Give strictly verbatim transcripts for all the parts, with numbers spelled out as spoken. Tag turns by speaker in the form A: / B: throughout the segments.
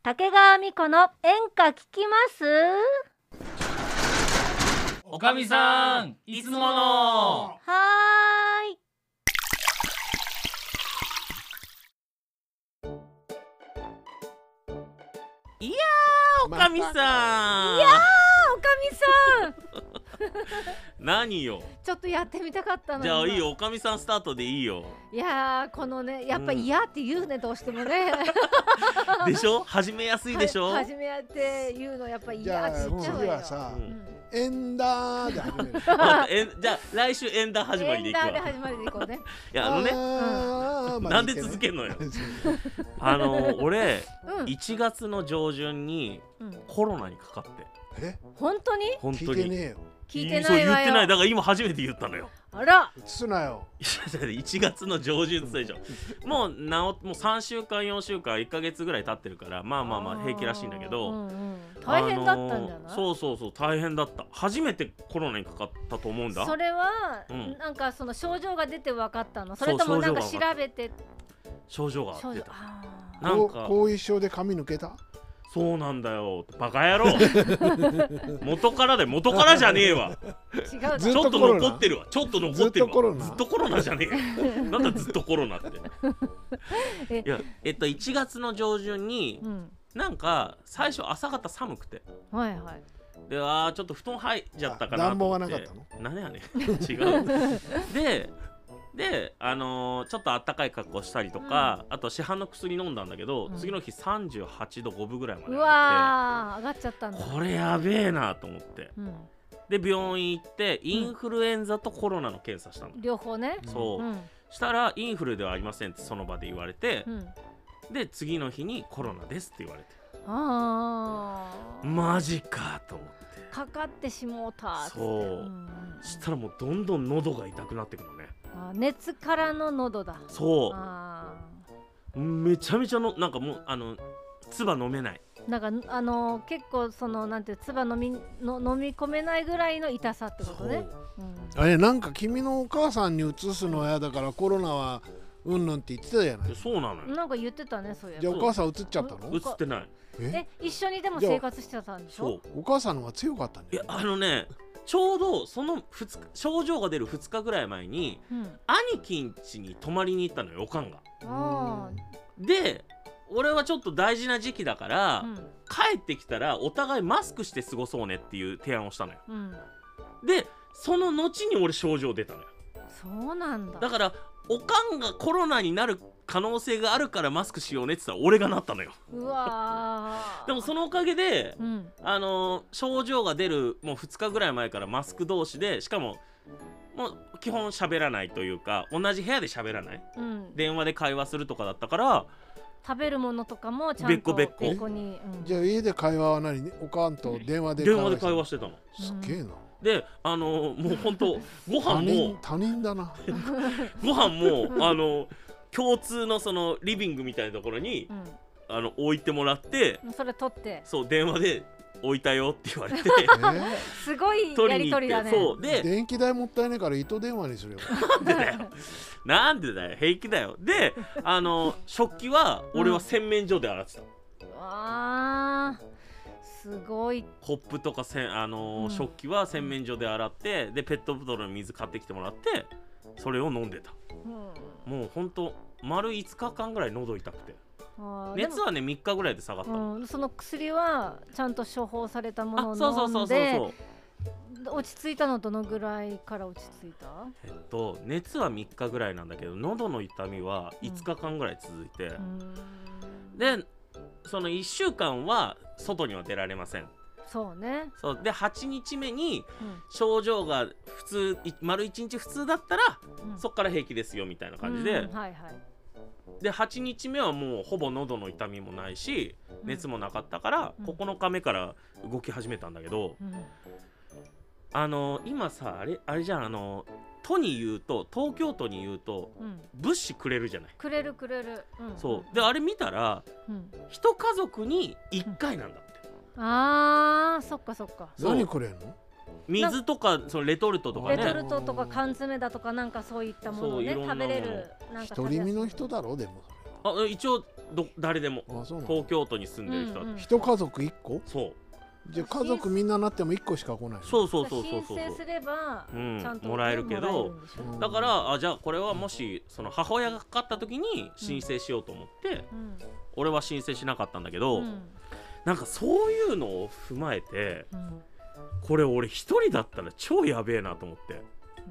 A: 竹川美子の演歌聞きます。
B: おかみさんいつもの。
A: はーい。
B: いやーおかみさん、
A: いやーおかみさん
B: 何よ。
A: ちょっとやってみたかったの。
B: じゃあいいよ、おかみさんスタートでいいよ。
A: いやーこのねやっぱ嫌って言うね、うん、どうしてもね
B: でしょ、始めやすいでしょ。
A: 始めやって言うのやっぱ嫌って言っちゃうわよ。
C: 次はさ、
A: うん、
C: エンダーで始める
B: えじゃあ来週エンダー始まりでいくわ。
A: エンダーで始まりでいこうね。
B: いやあのね、
C: あ、
B: うん、なんで続けんのよあの俺、うん、いちがつの上旬にコロナにかかって、
C: うん、え
A: 本当に
C: 本当に聞いてねえよ。
A: 聞いてないわよ。
B: そう言ってない。だから今初めて言ったのよ。
A: あら
C: すなよ。
B: いちがつの上旬って言ったでしょ。もうなおもうさんしゅうかんよんしゅうかんいっかげつぐらい経ってるから、まあまあまあ平気らしいんだけど、
A: うんうん、大変だったんじゃない、あのー、
B: そうそうそう大変だった。初めてコロナにかかったと思うんだ。
A: それは、うん、なんかその症状が出て分かったの？それともなんか調べて
B: 症状が出た。
C: なんか後遺症で髪抜けた？
B: そうなんだよバカ野郎元からで元からじゃねえわ。
A: 違う、
B: ちょっと残ってるわ。ちょっと残ってるわ。
C: ずっとコロナ、
B: ずっとコロナじゃねえよなんだずっとコロナっていやえっといちがつの上旬に、うん、なんか最初朝方寒くて、
A: はいはい、
B: であーちょっと布団入っちゃったかなと思って。
C: 暖房はなかったの？
B: 何やねん違うでで、あのー、ちょっとあったかい格好したりとか、うん、あと市販の薬飲んだんだけど、うん、次の日さんじゅうはちどごぶぐらいまで上がって、う
A: わー上がっちゃったんだ。
B: これやべえなと思って、うん、で病院行ってインフルエンザとコロナの検査したの、
A: うん、両方ね。
B: そう、うん、したらインフルではありませんってその場で言われて、うん、で次の日にコロナですって言われて、
A: あー
B: マジかと思って
A: かかってしもうたって。
B: そう、うん、したらもうどんどん喉が痛くなってくるのね。
A: あ熱からの喉だ。
B: そう
A: あ
B: めちゃめちゃのなんかもうあの唾飲めない。
A: なんかあのー、結構そのなんていう唾飲みの飲み込めないぐらいの痛さってことね。
C: うん、あれなんか君のお母さんにうつすの嫌だからコロナはうんぬんって言ってたじゃない。
B: そうなのよ。
A: なんか言ってたね。そういや
C: じゃあお母さんうつっちゃったの？
B: うつってない。
A: え一緒にでも生活してたんでしょ。
C: そうお母さんの方が強かったんだよ。
B: いやあのねちょうどそのふつ症状が出るふつかぐらい前に、うん、兄貴ん家に泊まりに行ったのよおかんが。で俺はちょっと大事な時期だから、うん、帰ってきたらお互いマスクして過ごそうねっていう提案をしたのよ、うん、でその後に俺症状出たのよ。
A: そうなんだ。
B: だからおかんがコロナになる可能性があるからマスクしようねって言ったら俺がなったのよ。
A: うわ
B: でもそのおかげで、
A: うん、
B: あのー、症状が出るもうふつかぐらい前からマスク同士でしかももう基本喋らないというか同じ部屋で喋らない、うん、電話で会話するとかだったから
A: 食べるものとかもちゃんと別個別個に、
C: うん、じゃあ家で会話は何？おかんと電話で
B: 会話電話で会話してたの。
C: すげえな。
B: であのー、もうほんとご飯も
C: 他人だな
B: ご飯もあのー、共通のそのリビングみたいなところに、うん、あの置いてもらって
A: それ取って
B: そう電話で置いたよって言われて
A: すごいやり取りだね。
B: そうで
C: 電気代もったいないから糸電話にするよ
B: なんでだよなんでだよ平気だよ。であの食器は俺は洗面所で洗ってた、うん、
A: あーすごい。
B: コップとかせん、あのーうん、食器は洗面所で洗ってでペットボトルの水買ってきてもらってそれを飲んでた、うん、もうほんと丸いつかかんぐらい喉痛くて熱はねみっかぐらいで下がったの、
A: うん、その薬はちゃんと処方されたものを飲んで落ち着いたのどのぐらいから落ち着いた？
B: えっと熱はみっかぐらいなんだけど喉の痛みはいつかかんぐらい続いて、うん、でそのいっしゅうかんは外には出られません。
A: そうね。
B: そうではちにちめに症状が普通丸いちにち普通だったら、うん、そっから平気ですよみたいな感じで、うんはいはい、ではちにちめはもうほぼ喉の痛みもないし熱もなかったから、うん、ここのかめから動き始めたんだけど、うん、あの今さあれあれじゃんあの都に言うと東京都に言うと、うん、物資くれるじゃない。
A: くれるくれる、うん、
B: そうであれ見たら、うん、一家族にいっかいなんだって、
A: うん、あーそっかそっか。
C: 何くれるの？
B: 水とかそのレトルトとかね。
A: レトルトとか缶詰だとかなんかそういったものをね食べれる。
C: なんか独り身の人だろでも
B: あ一応ど誰でも東京都に住んでる人は、うんうん、
C: 一家族いっこ
B: そう
C: じゃあ家族みんななってもいっこしか来ない。
B: そうそうそうそうそう
A: 申請すれば、うん、ちゃんと
B: もらえるけど、だからあじゃあこれはもしその母親がかかった時に申請しようと思って、うん、俺は申請しなかったんだけど、うん、なんかそういうのを踏まえて、うん、これ俺一人だったら超やべえなと思って、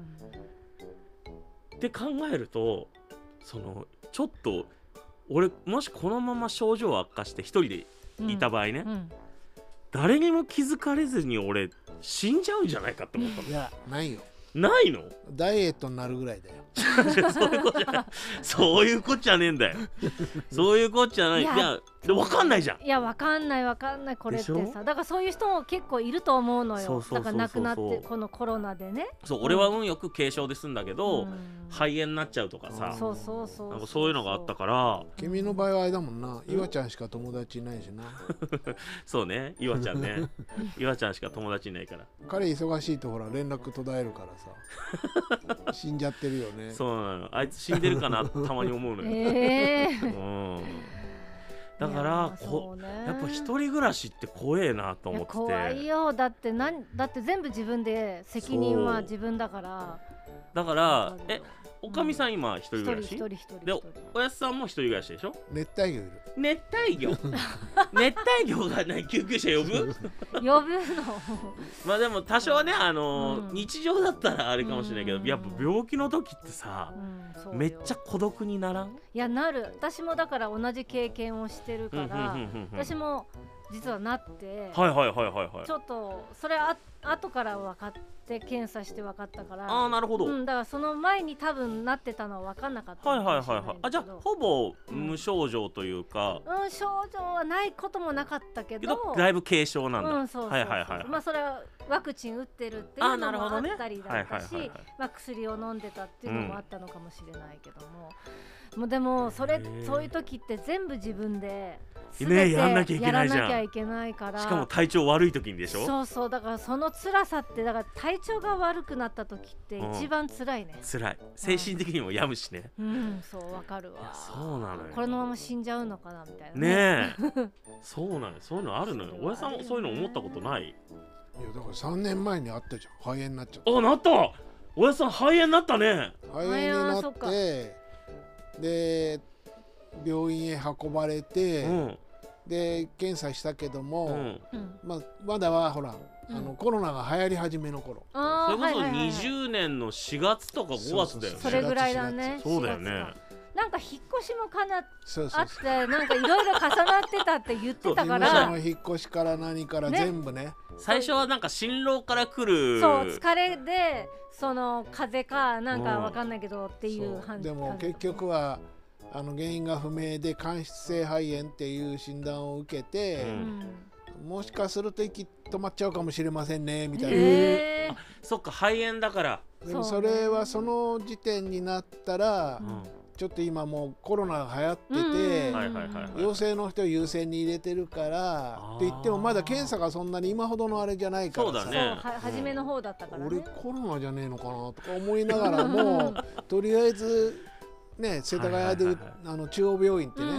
B: うん、って考えるとそのちょっと俺もしこのまま症状悪化して一人でいた場合ね、うんうん誰にも気づかれずに俺死んじゃうんじゃないかって思ったの。
C: いやないよ。
B: ないの？
C: ダイエットになるぐらいだよ。
B: そういうこっちゃそういうこっちゃねえんだよ。そういうこっちゃない。いや、いやで分かんないじゃん。
A: いや分かんない分かんないこれってさ。だからそういう人も結構いると思うのよ。そうそうそうそうだから亡くなってこのコロナでね。
B: そう、うん、俺は運よく軽症で済んだけど、うん、肺炎になっちゃうとかさ。
A: そうそうそう
B: なんかそういうのがあったから。
C: 君の場合はあれだもんな。岩ちゃんしか友達いないしな。
B: そうね。岩ちゃんね。岩ちゃんしか友達いないから。
C: 彼忙しいとほら連絡途絶えるからさ。死んじゃってるよね。
B: そうなの。あいつ死んでるかなたまに思うのよ。
A: えー
B: うんだからこやっぱ一人暮らしって怖えなと思ってて。
A: 怖いよ。だってなんだって全部自分で責任は自分だから。
B: だからえおかみさん今一人暮らし、
A: 一人一人
B: でおやすさんも一人暮らしでしょ。
C: 熱帯魚いる。
B: 熱帯魚熱帯魚がない救急車呼ぶ
A: 呼ぶの
B: まあでも多少ねあのーうん、日常だったらあれかもしれないけど、うん、やっぱ病気の時ってさ、うん、めっちゃ孤独にならん？い
A: やなる。私もだから同じ経験をしてるから、私も実はなって
B: はいはいはいはいはい
A: ちょっとそれあ後から分かって検査して分かったから。
B: ああなるほど、
A: うん、だからその前に多分なってたのは分かんなかったはい
B: はいはいはい。あじゃあほぼ無症状というか、
A: うん、うん、症状はないこともなかったけど
B: だいぶ軽症なんだ。
A: うんそうそうそう、はいはいはいはい、まあそれはワクチン打ってるっていうのもあったりだったし、まあ薬を飲んでたっていうのもあったのかもしれないけども、うん、もうでもそれそういう時って全部自分で全てやらなきゃいけないから、
B: しかも体調悪い時にでしょ。
A: そうそうだからその辛さってだから体調が悪くなった時って一番辛いね、
B: うん、辛い精神的にも病むしね、
A: うん、うん、そうわかるわ。
B: そうなのよ。
A: これのまま死んじゃうのかなみたいな
B: ねえそうなのよ。そういうのあるのよ。親さんもそういうの思ったことない？いや
C: だからさんねんまえにあったじゃん。肺炎になっちゃった。
B: あなった親さん肺炎になったね。
C: 肺炎になってで病院へ運ばれて、うん、で検査したけども、うんまあ、まだはほら、うん、あのコロナが流行り始めの頃、
B: あそれこそにじゅうねんのしがつとかごがつだよね。
A: それぐらいだね。
B: そうだよね。
A: なんか引っ越しもかなそうそうそうあってなんかいろいろ重なってたって言ってたから
C: の引っ越しから何から全部 ね, ね
B: 最初はなんか新郎から来る
A: そう疲れでその風邪かなんかわかんないけどっていう
C: 感じでも結局はあの原因が不明で間質性肺炎っていう診断を受けて、うん、もしかすると息止まっちゃうかもしれませんねみたいな、
B: えー、あそっか肺炎だから。
C: でもそれはその時点になったら、うん、ちょっと今もうコロナが流行ってて陽性の人を優先に入れてるからって言ってもまだ検査がそんなに今ほどのあれじゃないからさ。
B: そうだね。
A: そうは初めの方だったからね、
C: 俺コロナじゃねえのかなとか思いながらもとりあえずね、世田谷で、はいはいはい、あの中央病院ってね、うん、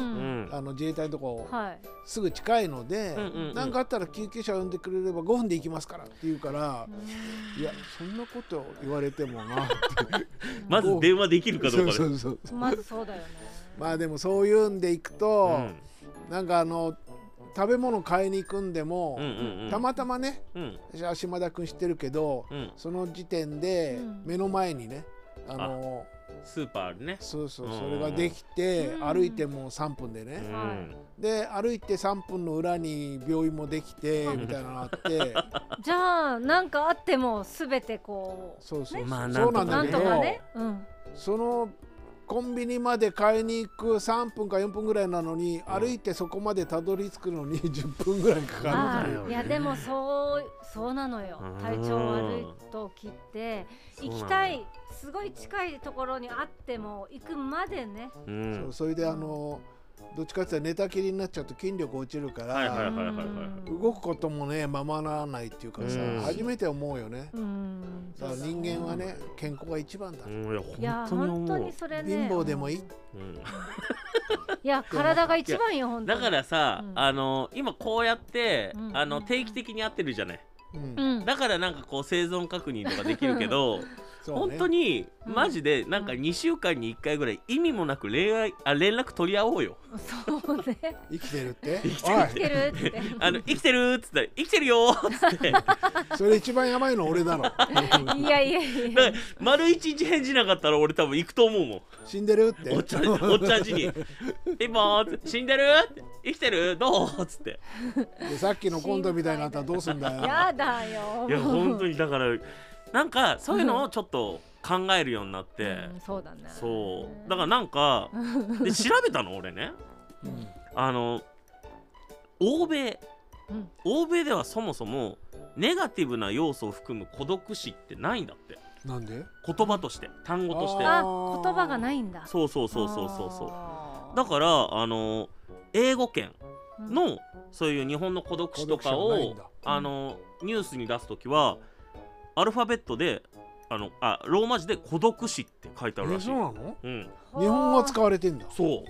C: あの自衛隊のとこ、はい、すぐ近いので何、うん、かあったら救急車呼んでくれればごふんで行きますからって言うから、うん、いやそんなこと言われてもなって
B: まず電話できるかどうかで
A: そうそうそうまずそうだよね。
C: まあでもそういうんで行くと、うん、なんかあの食べ物買いに行くんでも、うんうんうん、たまたまね、うん、私は島田君知ってるけど、うん、その時点で目の前にねあの
B: スーパーね
C: そうそうそれができて、うん、歩いてもさんぷんでね、うん、で歩いてさんぷんの裏に病院もできて、うん、みたいなのがあって
A: じゃあなんかあっても全てこう
C: そうそうそう、
B: ねまあ、
C: そうなんだけど、
A: ねうん、
C: そのコンビニまで買いに行くさんぷんかよんぷんぐらいなのに、うん、歩いてそこまでたどり着くのにじゅっぷんぐらいかかる。
A: いやでもそうそうなのよ。体調悪い時って行きたいすごい近いところにあっても行くまでね、
C: うん、そうそれであのどっちかっていうと寝たきりになっちゃうと筋力落ちるから動くこともねままならないっていうかさ、初めて思うよね。だから人間はね健康が一番だ。
A: いや本当にそれね、
C: 貧乏でもいい。い
A: や体が一番よ本当に。
B: だからさ、あの今こうやってあの定期的に会ってるじゃない。だからなんかこう生存確認とかできるけど。ね、本当にマジでなんかにしゅうかんにいっかいぐらい意味もなく恋愛あ連絡取り合おうよ。
A: そうね。
C: 生きてるって
B: 生きてるってあの生きてるっつったら生きてるよっつって
C: それ一番やばいの俺だろ。
A: いやいやいや
B: 丸一日返事なかったら俺多分行くと思うもん。
C: 死んでるって
B: おっちゃんおっちゃんちにピンポーンって死んでるって生きてるどうっつって
C: でさっきのコントみたいになったらどうすんだよ。
A: やだよ。
B: いや本当にだからなんかそういうのをちょっと考えるようになって、
A: うん、そうだね。
B: そうだからなんかで調べたの俺ね、うん、あの欧米、うん、欧米ではそもそもネガティブな要素を含む孤独死ってないんだって。
C: なんで？
B: 言葉として単語として。
A: あ言葉がないんだ。
B: そうそうそうそうそうそうだからあの英語圏の、うん、そういう日本の孤独死とかをあのニュースに出すときはアルファベットであのあローマ字で孤独死って書いてあるらしい。
C: えそうなの？
B: うん。
C: 日本語使われてんだ。
B: そう。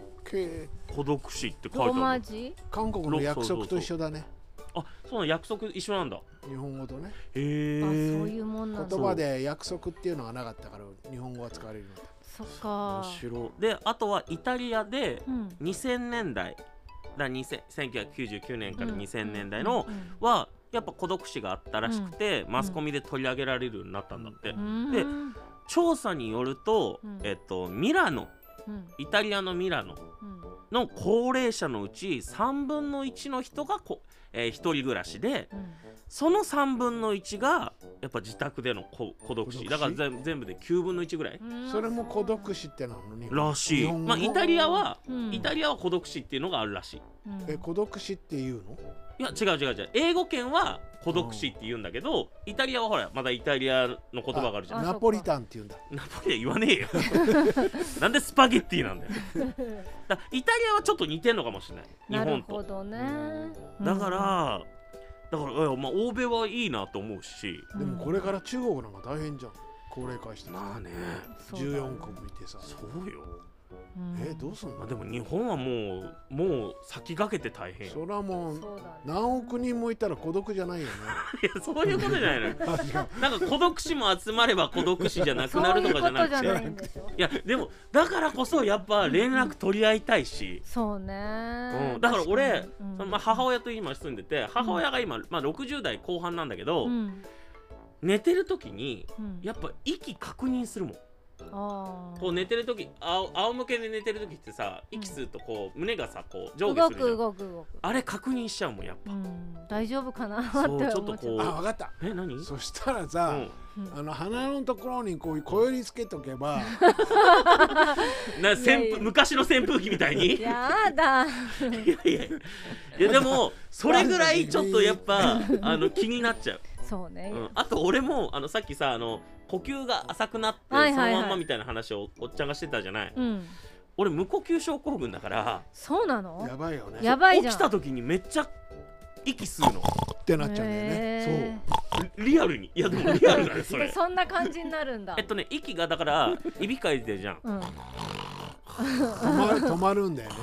B: 孤独死って書いてある。
A: ローマ字？
C: 韓国の約束と一緒だね。
B: あ、そうなの約束一緒なんだ。
C: 日本語とね。
B: へえ。
A: あ、そういうもんなんだ。
C: 言葉で約束っていうのがなかったから日本語は使われるんだ。
A: そっか。
B: 面白い。で、あとはイタリアでにせんねんだい、だせんきゅうひゃくきゅうじゅうきゅうねんからにせんねんだいのはやっぱ孤独死があったらしくて、うん、マスコミで取り上げられるようになったんだって、うん、で調査によると、うんえっと、ミラノ、うん、イタリアのミラノの高齢者のうちさんぶんのいちの人がこ、えー、一人暮らしで、うん、そのさんぶんのいちがやっぱ自宅での孤独死だから全部できゅうぶんのいちぐらい。
C: それも孤独死ってなのに
B: らしい、まあ、イタリアは、うん、イタリアは孤独死っていうのがあるらしい、
C: うん、え孤独死っていうの？
B: いや違う違う違う英語圏は孤独死って言うんだけど、うん、イタリアはほらまだイタリアの言葉があるじゃん。
C: ナポリタンって言うんだ。
B: ナポリタン言わねえよなんでスパゲッティなんだよだイタリアはちょっと似てんのかもしれない日本と。
A: なるほどね。
B: だからだから、まあ、欧米はいいなと思うし、
C: でもこれから中国なんか大変じゃん。高齢化して
B: まあね
C: じゅうよんこ見てさ。
B: そうよ。
C: えどうすんの？
B: まあ、でも日本はもうもう先駆けて大変。
C: それはもう何億人もいたら孤独じゃないよね
B: いやそういうことじゃないのよなんか孤独死も集まれば孤独死じゃなくなるとかじゃなくて
A: そういうことじゃないんでしょ。
B: いやでもだからこそやっぱ連絡取り合いたいし、
A: そうね、
B: うん、だから俺、うんそのまあ、母親と今住んでて母親が今、まあ、ろくじゅうだいこう半なんだけど、うん、寝てる時にやっぱ息確認するもん。あこう寝てる時あ仰向けで寝てる時ってさ息吸うとこう、うん、胸がさこう上下するじゃん。
A: 動く動く動く。
B: あれ確認しちゃうもんやっぱ、うん、
A: 大丈夫かなって思っちゃう。ちょっとこ
C: うあ分かった。
B: え何？
C: そしたらさ、うん、あの鼻のところにこう小よりつけとけば
B: な扇風昔の扇風機みたいに
A: やだい
B: やいやいやでもそれぐらいちょっとやっぱあの気になっちゃう。
A: そうね、うん、
B: あと俺もあのさっきさあの呼吸が浅くなって、はいはいはい、そのまんまみたいな話をおっちゃんがしてたじゃない、うん、俺無呼吸症候群だから。
A: そうなの？
C: やばいよね。
A: やばいじゃん。
B: 起きた時にめっちゃ息吸うの
C: ってなっちゃうんだよね。
B: そうリアルに。いやでもリアルだねそれ
A: そんな感じになるんだ。
B: えっとね息がだからいびかいてるじゃん、うん、
C: 止まる止まるんだよね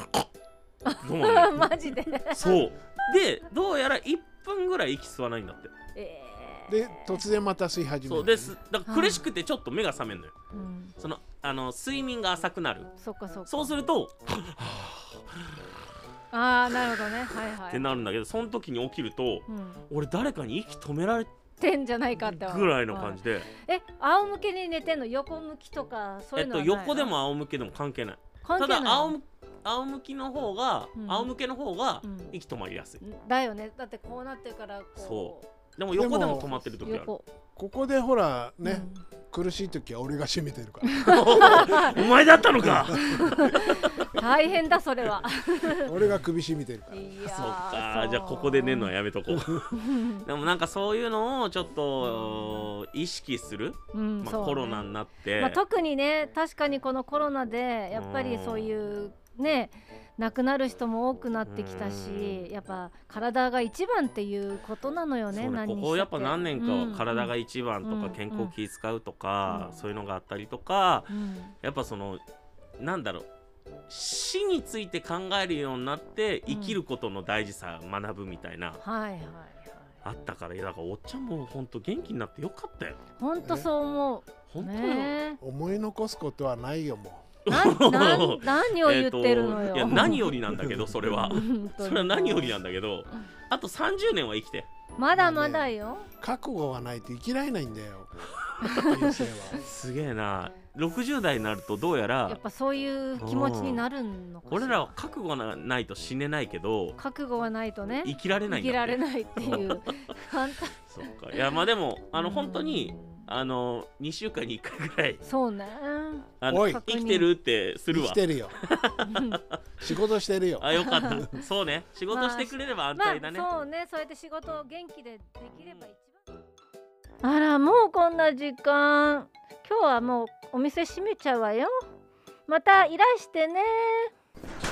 A: マジで
B: そうでどうやらいっぷんぐらい息吸わないんだって、
C: えー、で突然また吸い始める、ね、
B: そうですだから苦しくてちょっと目が覚めるのよ、うん、そのあの睡眠が浅くなる。
A: そっかそっか。
B: そうすると
A: ああなるほどねはいはい
B: ってなるんだけど、その時に起きると、うん、俺誰かに息止められ
A: てんじゃないかって
B: ぐらいの感じで、はい、
A: え仰向けに寝てんの？横向きとかそういうのはないの？
B: えっと横でも仰向けでも関係ない。関係ない。ただ仰向仰向きの方が、うん、仰向けの方が息止まりやすい、うん、
A: だよね。だってこうなってるからこう。
B: そうでも横でも止まってる時ある。
C: ここでほらね、うん、苦しい時は俺が締めてるから
B: お前だったのか
A: 大変だそれは
C: 俺が首締めてるから。
B: いやそっかじゃあここで寝るのはやめとこうでもなんかそういうのをちょっと意識する、うんまあ、コロナになって、
A: まあ、特にね確かにこのコロナでやっぱりそういうね亡くなる人も多くなってきたし、やっぱ体が一番っていうことなのよね。
B: 何ここやっぱ何年かは体が一番とか健康気使うとか、うん、そういうのがあったりとか、うん、やっぱそのなんだろう死について考えるようになって生きることの大事さ学ぶみたいな、
A: うん、はいはいはい、
B: あったから、だからおっちゃんも本当元気になってよかったよ。
A: 本当そう思う。
B: 本当よ、
A: ね、
C: 思い残すことはないよもう。
A: なな何を言ってるのよ。
B: えー、いや何よりなんだけどそれはそれは何よりなんだけど、あとさんじゅうねんは生きて
A: まだまだよ、ね、
C: 覚悟がないと生きられないんだよ
B: すげえな。ろくじゅう代になるとどうやら
A: やっぱそういう気持ちになるのかしら。
B: 俺らは覚悟がないと死ねないけど
A: 覚悟がないとね
B: 生きられないんだって。
A: 生きられないっていう
B: そっか。いやまあでもあの本当にあのにしゅうかんにいっかいぐらい
A: そうね
B: あの生きてるってするわ。
C: 生きてるよ仕事してるよ。
B: あよかったそうね仕事してくれれば安泰だね、
A: まあ、そうねそうやって仕事を元気でできれば一番。あらもうこんな時間。今日はもうお店閉めちゃうわよ。またいらしてね。